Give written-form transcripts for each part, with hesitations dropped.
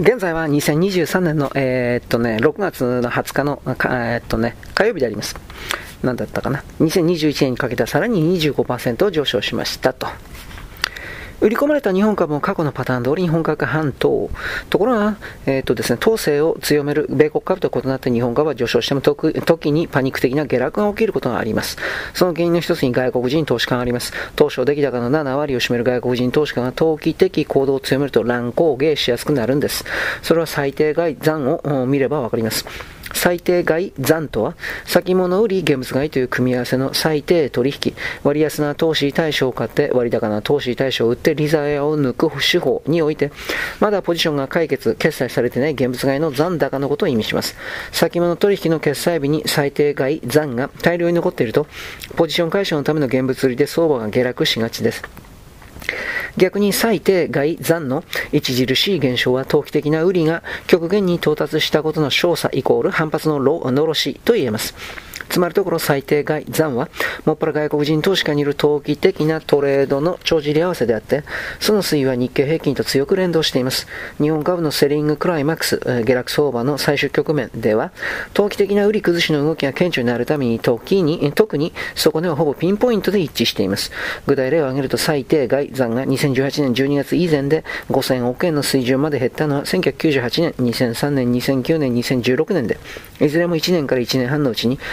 現在は2023年の、6月の20日の、火曜日であります。何だったかな。2021年にかけてはさらに 25% 上昇しましたと。売り込まれた日本株も過去のパターン通り日本株が反騰。ところが、統制を強める米国株と異なって日本株は上昇しても時にパニック的な下落が起きることがあります。その原因の一つに外国人投資家があります。当初出来高の7割を占める外国人投資家が投機的行動を強めると乱高下しやすくなるんです。それは最低概算を見ればわかります。最低概算とは、先物売り現物買いという組み合わせの最低取引、割安な投資対象を買って割高な投資対象を売って利ざやを抜く手法において、まだポジションが決済されていない現物買いの残高のことを意味します。先物取引の決済日に最低概算が大量に残っていると、ポジション解消のための現物売りで相場が下落しがちです。逆に最低概算の著しい現象は投機的な売りが極限に到達したことの少佐イコール反発ののろしと言えます。つまりところ最低概算は、もっぱら外国人投資家による投機的なトレードの帳尻合わせであって、その推移は日経平均と強く連動しています。日本株のセリングクライマックス、下落相場の最終局面では、投機的な売り崩しの動きが顕著になるために、特にそこではほぼピンポイントで一致しています。具体例を挙げると最低概算が2018年12月以前で5000億円の水準まで減ったのは1998年、2003年、2009年、2016年で、いずれも1年から1年半のうちに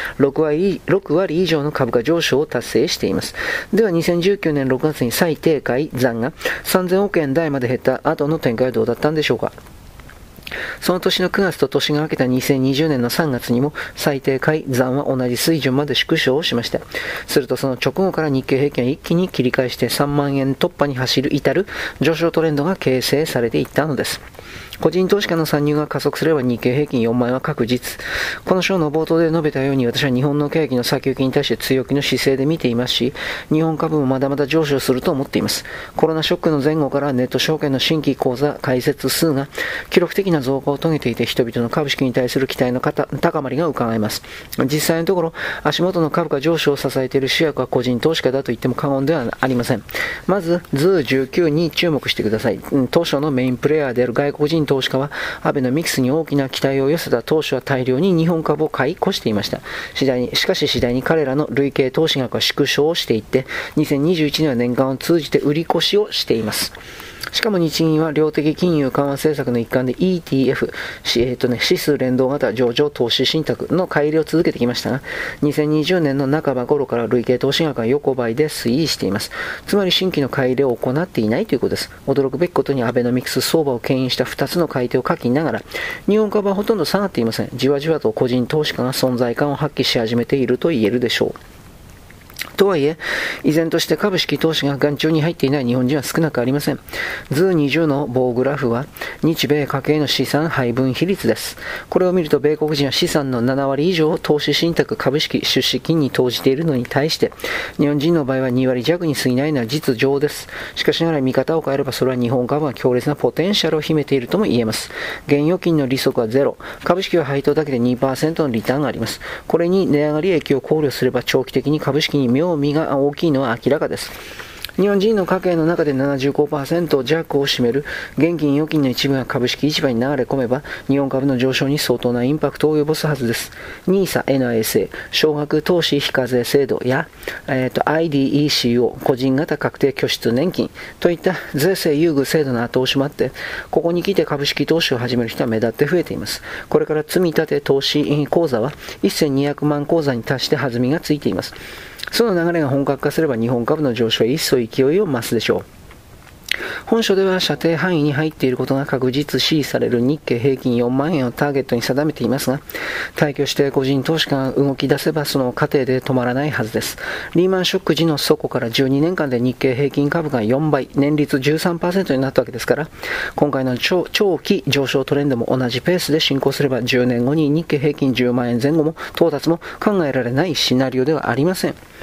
6割以上の株価上昇を達成しています。では2019年6月に最低概算が3000億円台まで減った後の展開はどうだったんでしょうか。その年の9月と年が明けた2020年の3月にも最低概算は同じ水準まで縮小しました。するとその直後から日経平均は一気に切り返して3万円突破に至る上昇トレンドが形成されていったのです。個人投資家の参入が加速すれば日経平均4万円は確実。この章の冒頭で述べたように私は日本の景気の先行きに対して強気の姿勢で見ていますし、日本株もまだまだ上昇すると思っています。コロナショックの前後からネット証券の新規口座開設数が記録的な増加を遂げていて人々の株式に対する期待の高まりが伺えます。実際のところ足元の株価上昇を支えている主役は個人投資家だと言っても過言ではありません。まず図19に注目してください。当初のメインプレイヤーである外国人投資家はアベノミクスに大きな期待を寄せた当初は大量に日本株を買い越していました。しかし次第に彼らの累計投資額は縮小していって2021年は年間を通じて売り越しをしています。しかも日銀は量的金融緩和政策の一環で ETF、指数連動型上場投資信託の買い入れを続けてきましたが、2020年の半ば頃から累計投資額は横ばいで推移しています。つまり新規の買い入れを行っていないということです。驚くべきことにアベノミクス相場を牽引した2つの買い手を書きながら、日本株はほとんど下がっていません。じわじわと個人投資家が存在感を発揮し始めていると言えるでしょう。とはいえ、依然として株式投資が眼中に入っていない日本人は少なくありません。図20の棒グラフは、日米家計の資産配分比率です。これを見ると、米国人は資産の7割以上を投資信託株式出資金に投じているのに対して、日本人の場合は2割弱に過ぎないのは実情です。しかしながら見方を変えれば、それは日本株が強烈なポテンシャルを秘めているとも言えます。現預金の利息はゼロ、株式は配当だけで 2% のリターンがあります。これに値上がり益を考慮すれば、長期的に株式に妙味が大きいのは明らかです。日本人の家計の中で 75% 弱を占める現金預金の一部が株式市場に流れ込めば日本株の上昇に相当なインパクトを及ぼすはずです。NISA、NISA、少額投資非課税制度や、IDECO、個人型確定拠出年金といった税制優遇制度の後押しもあって、ここに来て株式投資を始める人は目立って増えています。これから積み立て投資口座は1200万口座に達して弾みがついています。その流れが本格化すれば日本株の上昇は一層勢いを増すでしょう。本書では射程範囲に入っていることが確実視される日経平均4万円をターゲットに定めていますが、大挙して個人投資家が動き出せばその過程で止まらないはずです。リーマンショック時の底から12年間で日経平均株が4倍、年率 13% になったわけですから、今回の長期上昇トレンドも同じペースで進行すれば10年後に日経平均10万円前後も到達も考えられないシナリオではありません。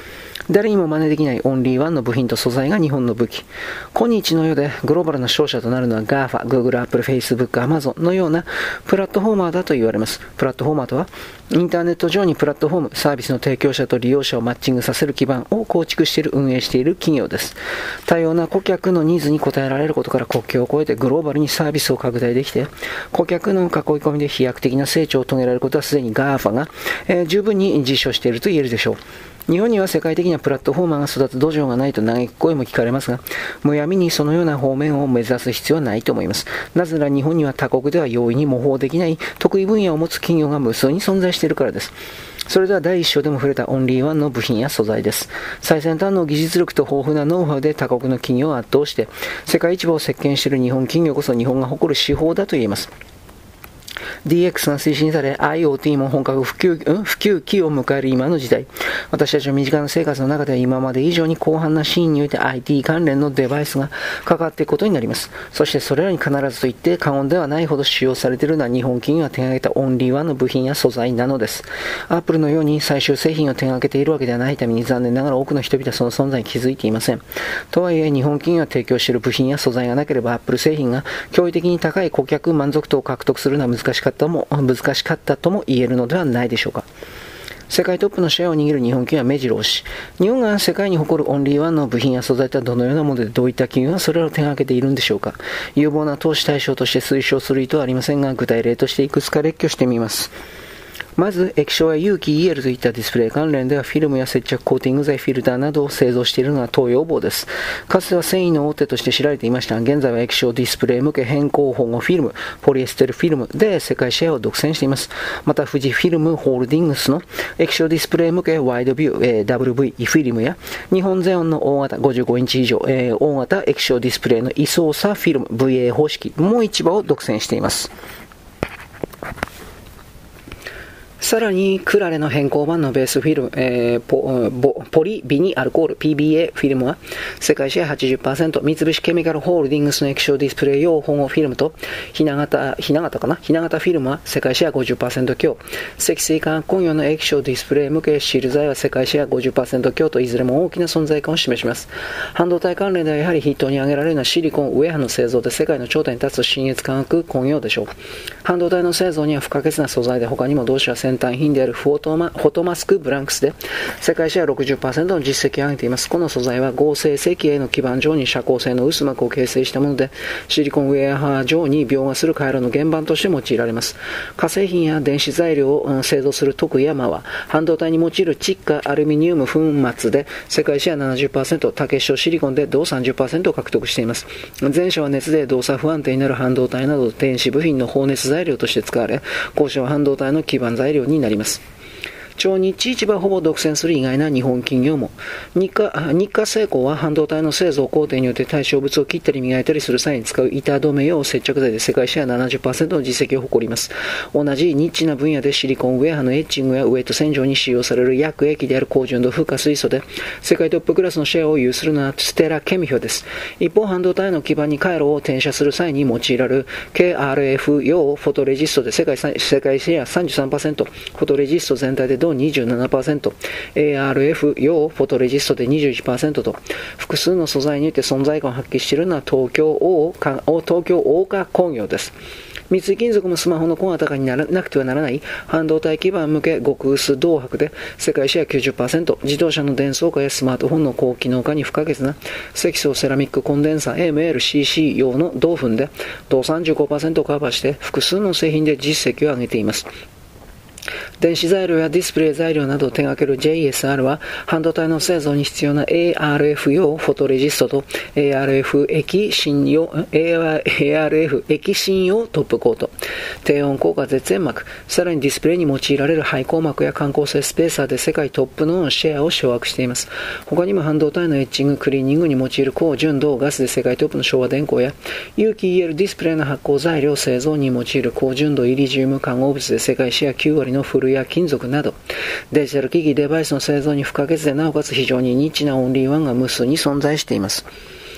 誰にも真似できないオンリーワンの部品と素材が日本の武器。今日の世でグローバルな勝者となるのは GAFA、Google、Apple、Facebook、Amazon のようなプラットフォーマーだと言われます。プラットフォーマーとは、インターネット上にプラットフォーム、サービスの提供者と利用者をマッチングさせる基盤を構築している、運営している企業です。多様な顧客のニーズに応えられることから国境を越えてグローバルにサービスを拡大できて、顧客の囲い込みで飛躍的な成長を遂げられることはすでに GAFA が、十分に実証していると言えるでしょう。日本には世界的なプラットフォーマーが育つ土壌がないと嘆く声も聞かれますが、むやみにそのような方面を目指す必要はないと思います。なぜなら日本には他国では容易に模倣できない得意分野を持つ企業が無数に存在しているからです。それでは第一章でも触れたオンリーワンの部品や素材です。最先端の技術力と豊富なノウハウで他国の企業を圧倒して、世界一部を席巻している日本企業こそ日本が誇る手法だと言えます。DX が推進され IoT も本格普及期を迎える今の時代、私たちの身近な生活の中では今まで以上に広範なシーンにおいて IT 関連のデバイスがかかっていくことになります。そしてそれらに必ずと言って過言ではないほど使用されているのは日本企業が手掛けたオンリーワンの部品や素材なのです。Apple のように最終製品を手掛けているわけではないために残念ながら多くの人々はその存在に気づいていません。とはいえ日本企業が提供している部品や素材がなければ Apple 製品が驚異的に高い顧客満足度を獲得するのは難しかったとも言えるのではないでしょうか。世界トップのシェアを握る日本企業は目白押し。日本が世界に誇るオンリーワンの部品や素材とはどのようなものでどういった企業がそれらを手掛けているんでしょうか。有望な投資対象として推奨する意図はありませんが、具体例としていくつか列挙してみます。まず、液晶や有機 EL といったディスプレイ関連ではフィルムや接着コーティング剤、フィルターなどを製造しているのは東洋紡です。かつては繊維の大手として知られていましたが、現在は液晶ディスプレイ向け変更保護フィルム、ポリエステルフィルムで世界シェアを独占しています。また、富士フィルムホールディングスの液晶ディスプレイ向けワイドビュー、WV フィルムや日本ゼオンの大型55インチ以上、大型液晶ディスプレイの位相差フィルム VA 方式も市場を独占しています。さらに、クラレの変更版のベースフィルム、ポリビニアルコール PBA フィルムは世界シェア 80%、三菱ケミカルホールディングスの液晶ディスプレイ用保護フィルムと、ひな形フィルムは世界シェア 50% 強、積水化学工業の液晶ディスプレイ向けシール材は世界シェア 50% 強といずれも大きな存在感を示します。半導体関連ではやはり筆頭に挙げられるのはシリコンウェアの製造で世界の頂点に立つ信越化学工業でしょう。半導体の製造には不可欠な素材で他にも同社は先端品であるフォトマスクブランクスで世界シェア 60% の実績を上げています。この素材は合成石英の基板上に遮光性の薄膜を形成したもので、シリコンウェア上に描画する回路の原板として用いられます。化成品や電子材料を製造する徳山は半導体に用いる窒化アルミニウム粉末で世界シェア 70%、竹晶シリコンで同 30% を獲得しています。前者は熱で動作不安定になる半導体など電子部品の放熱材料として使われ、後者は半導体の基板材料になります。超日市場をほぼ独占する意外な日本企業も、日化製鋼は半導体の製造工程によって対象物を切ったり磨いたりする際に使う板止め用接着剤で世界シェア 70% の実績を誇ります。同じニッチな分野でシリコンウェアのエッチングやウェイト洗浄に使用される薬液である高純度フ化水素で世界トップクラスのシェアを有するのはステラケミフです。一方、半導体の基板に回路を転写する際に用いられる KRF 用フォトレジストで世界シェア 33%、フォトレジスト全体で同 27%、ARF 用フォトレジストで 21% と複数の素材によって存在感を発揮しているのは東京大化工業です。三井金属もスマホの小型化になくてはならない半導体基板向け極薄銅箔で世界シェア 90%、自動車の電装化やスマートフォンの高機能化に不可欠な積層セラミックコンデンサー AMLCC 用の銅粉で銅 35% をカバーして複数の製品で実績を上げています。電子材料やディスプレイ材料などを手掛ける JSR は半導体の製造に必要な ARF 用フォトレジストと ARF 液芯用トップコート、低温効果絶縁膜、さらにディスプレイに用いられる背光膜や感光性スペーサーで世界トップのシェアを掌握しています。他にも半導体のエッチング、クリーニングに用いる高純度ガスで世界トップの昭和電工や有機 EL ディスプレイの発光材料製造に用いる高純度イリジウム化合物で世界シェア9割の古や金属などデジタル機器デバイスの製造に不可欠でなおかつ非常にニッチなオンリーワンが無数に存在しています。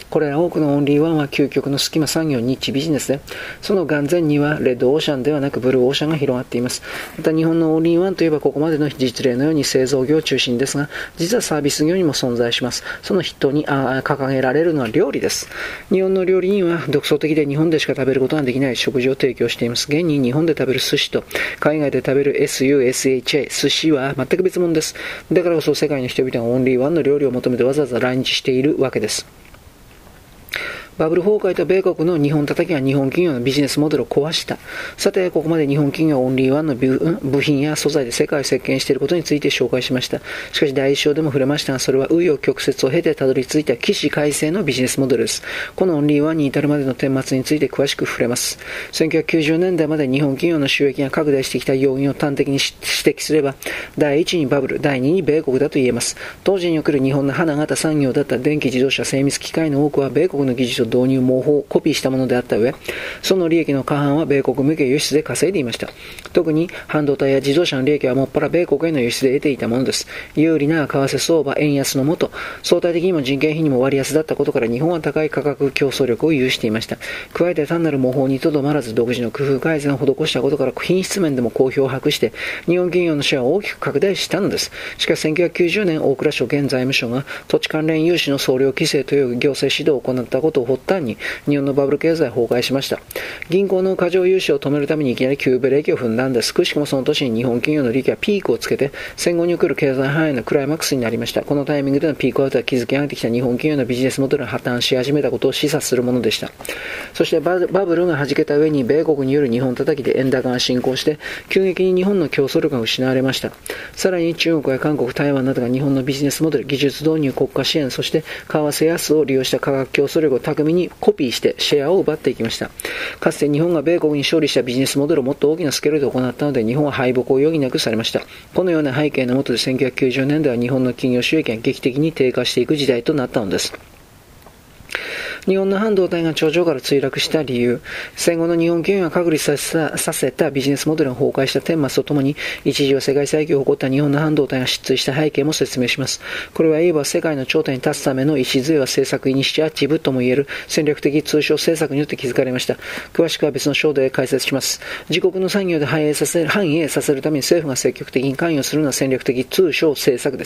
これら多くのオンリーワンは究極の隙間産業ニッチビジネスで、その眼前にはレッドオーシャンではなくブルーオーシャンが広がっています。また日本のオンリーワンといえばここまでの実例のように製造業中心ですが、実はサービス業にも存在します。その筆頭に掲げられるのは料理です。日本の料理人は独創的で日本でしか食べることができない食事を提供しています。現に日本で食べる寿司と海外で食べる SUSHA 寿司は全く別物です。だからこそ世界の人々がオンリーワンの料理を求めてわざわざ来日しているわけです。バブル崩壊と米国の日本叩きが日本企業のビジネスモデルを壊した。さて、ここまで日本企業はオンリーワンの部品や素材で世界を席巻していることについて紹介しました。しかし第一章でも触れましたが、それは紆余曲折を経てたどり着いた起死回生のビジネスモデルです。このオンリーワンに至るまでの顛末について詳しく触れます。1990年代まで日本企業の収益が拡大してきた要因を端的に指摘すれば、第一にバブル、第二に米国だと言えます。当時における日本の花形産業だった電気自動車精密機械の多くは米国の技術を導入模倣コピーしたものであった上、その利益の過半は米国向け輸出で稼いでいました。特に半導体や自動車の利益はもっぱら米国への輸出で得ていたものです。有利な為替相場、円安のもと、相対的にも人件費にも割安だったことから日本は高い価格競争力を有していました。加えて単なる模倣にとどまらず独自の工夫改善を施したことから品質面でも好評を博して日本企業のシェアを大きく拡大したのです。しかし1990年大蔵省現財務省が土地関連融資の総量規制という行政指導を行ったことを発端に日本のバブル経済は崩壊しました。銀行の過剰融資を止めるためにいきなり急ブレーキを踏んだんです。くしくもその年に日本企業の利益はピークをつけて戦後における経済繁栄のクライマックスになりました。このタイミングでのピークアウトは築き上げてきた日本企業のビジネスモデルが破綻し始めたことを示唆するものでした。そしてバブルが弾けた上に米国による日本叩きで円高が進行して急激に日本の競争力が失われました。さらに中国や韓国、台湾などが日本のビジネスモデル、技術導入、国家支援、そして為替安を利用した価格競争力を巧みにコピーしてシェアを奪っていきました。かつて日本が米国に勝利したビジネスモデルをもっと大きなスケールで行ったので日本は敗北を余儀なくされました。このような背景の下で1990年代は日本の企業収益が劇的に低下していく時代となったのです。日本の半導体が頂上から墜落した理由、戦後の日本企業が確立させたビジネスモデルが崩壊した顛末とともに、一時は世界最強を誇った日本の半導体が失墜した背景も説明します。これは言えば世界の頂点に立つための礎は政策イニシアチブともいえる戦略的通商政策によって築かれました。詳しくは別の章で解説します。自国の産業で繁栄させるために政府が積極的に関与するのは戦略的通商政策です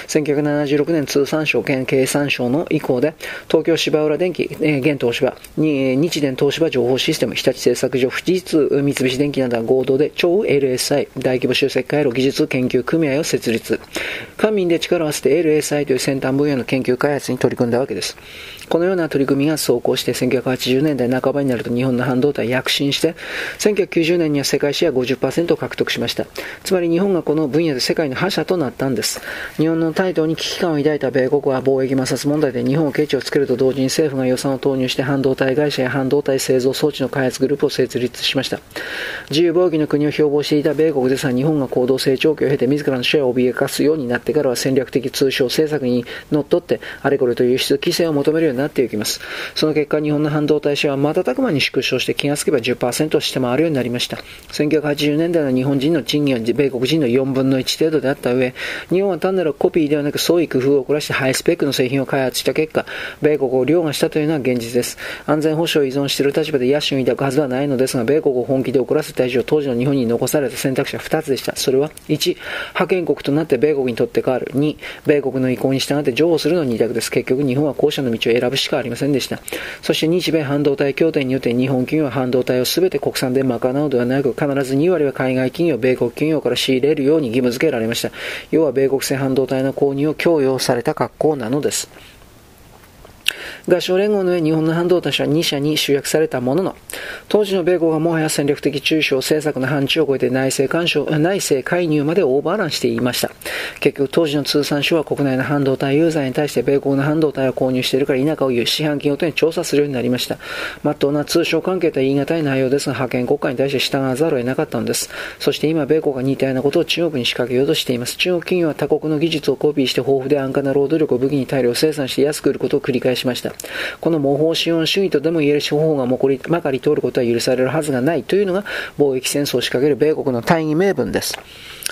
。1976年通産省兼経産省の意向で、東京芝浦電機現東芝、日電東芝情報システム、日立製作所、富士通、三菱電機などが合同で超 LSI 大規模集積回路技術研究組合を設立。官民で力を合わせて LSI という先端分野の研究開発に取り組んだわけです。このような取り組みが走行して1980年代半ばになると日本の半導体躍進して1990年には世界シェア 50% を獲得しました。つまり日本がこの分野で世界の覇者となったんです。日本の態度に危機感を抱いた米国は貿易摩擦問題で日本をケチをつけると同時に政府が予算を投入して半導体会社や半導体製造装置の開発グループを設立しました。自由貿易の国を標榜していた米国ですが日本が高度成長期を経て自らのシェアを脅かすようになってからは戦略的通商政策にのっとってあれこれと輸出規制を求めるようになっていきます。その結果日本の半導体シェアは瞬く間に縮小して気がつけば 10% を下回るようになりました。1980年代の日本人の賃金は米国人の4分の1程度であった上、日本は単なるコピーではなく創意工夫を凝らしてハイスペックの製品を開発した結果、米国を凌駕したというのは現実です。安全保障を依存している立場で野心を抱くはずはないのですが、米国を本気で怒らせた以上、当時の日本に残された選択肢は2つでした。それは1、覇権国となって米国にとって変わる。2、米国の意向に従って譲歩するの2択です。結局日本は後者の道を選ぶしかありませんでした。そして日米半導体協定によって日本企業は半導体を全て国産で賄うのではなく、必ず2割は海外企業、米国企業から仕入れるように義務付けられました。要は米国製半導体の購入を強要された格好なのです。合衆連合の上日本の半導体は2社に集約されたものの、当時の米国はもはや戦略的中小政策の範疇を超えて内政介入までオーバーランしていました。結局当時の通産省は国内の半導体ユーザーに対して米国の半導体を購入しているから否かを言う四半期ごとに調査するようになりました。まっとうな通商関係とは言い難い内容ですが、覇権国家に対して従わざるを得なかったのです。そして今米国が似たようなことを中国に仕掛けようとしています。中国企業は他国の技術をコピーして豊富で安価な労働力を武器に大量生産して安く売ることを繰り返しました。この模倣資本主義とでも言える手法がまかり通ることは許されるはずがないというのが貿易戦争を仕掛ける米国の大義名分です。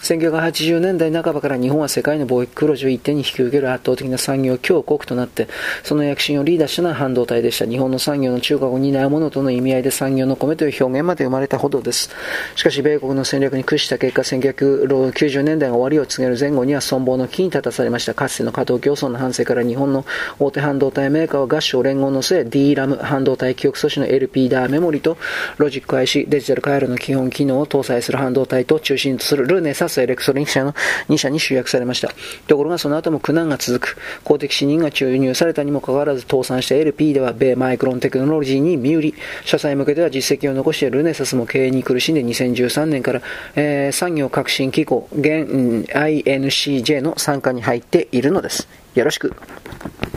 1980年代半ばから日本は世界の貿易黒字を一手に引き受ける圧倒的な産業強国となって、その躍進をリーダーしたのは半導体でした。日本の産業の中核を担うものとの意味合いで産業の米という表現まで生まれたほどです。しかし米国の戦略に屈した結果、1990年代が終わりを告げる前後には存亡の危機に立たされました。かつての過当競争の反省から日本の大手半導体メーカーは合唱連合の末、DRAM 半導体記憶素子の LP ダーメモリとロジック IC デジタル回路の基本機能を搭載する半導体と中心とするルネサスエレクトロニク社の2社に集約されました。ところがその後も苦難が続く。公的資任が注入されたにもかかわらず倒産した LP では米マイクロンテクノロジーに身売り、社債向けでは実績を残してルネサスも経営に苦しんで2013年から、産業革新機構現 INCJ の傘下に入っているのです。よろしく。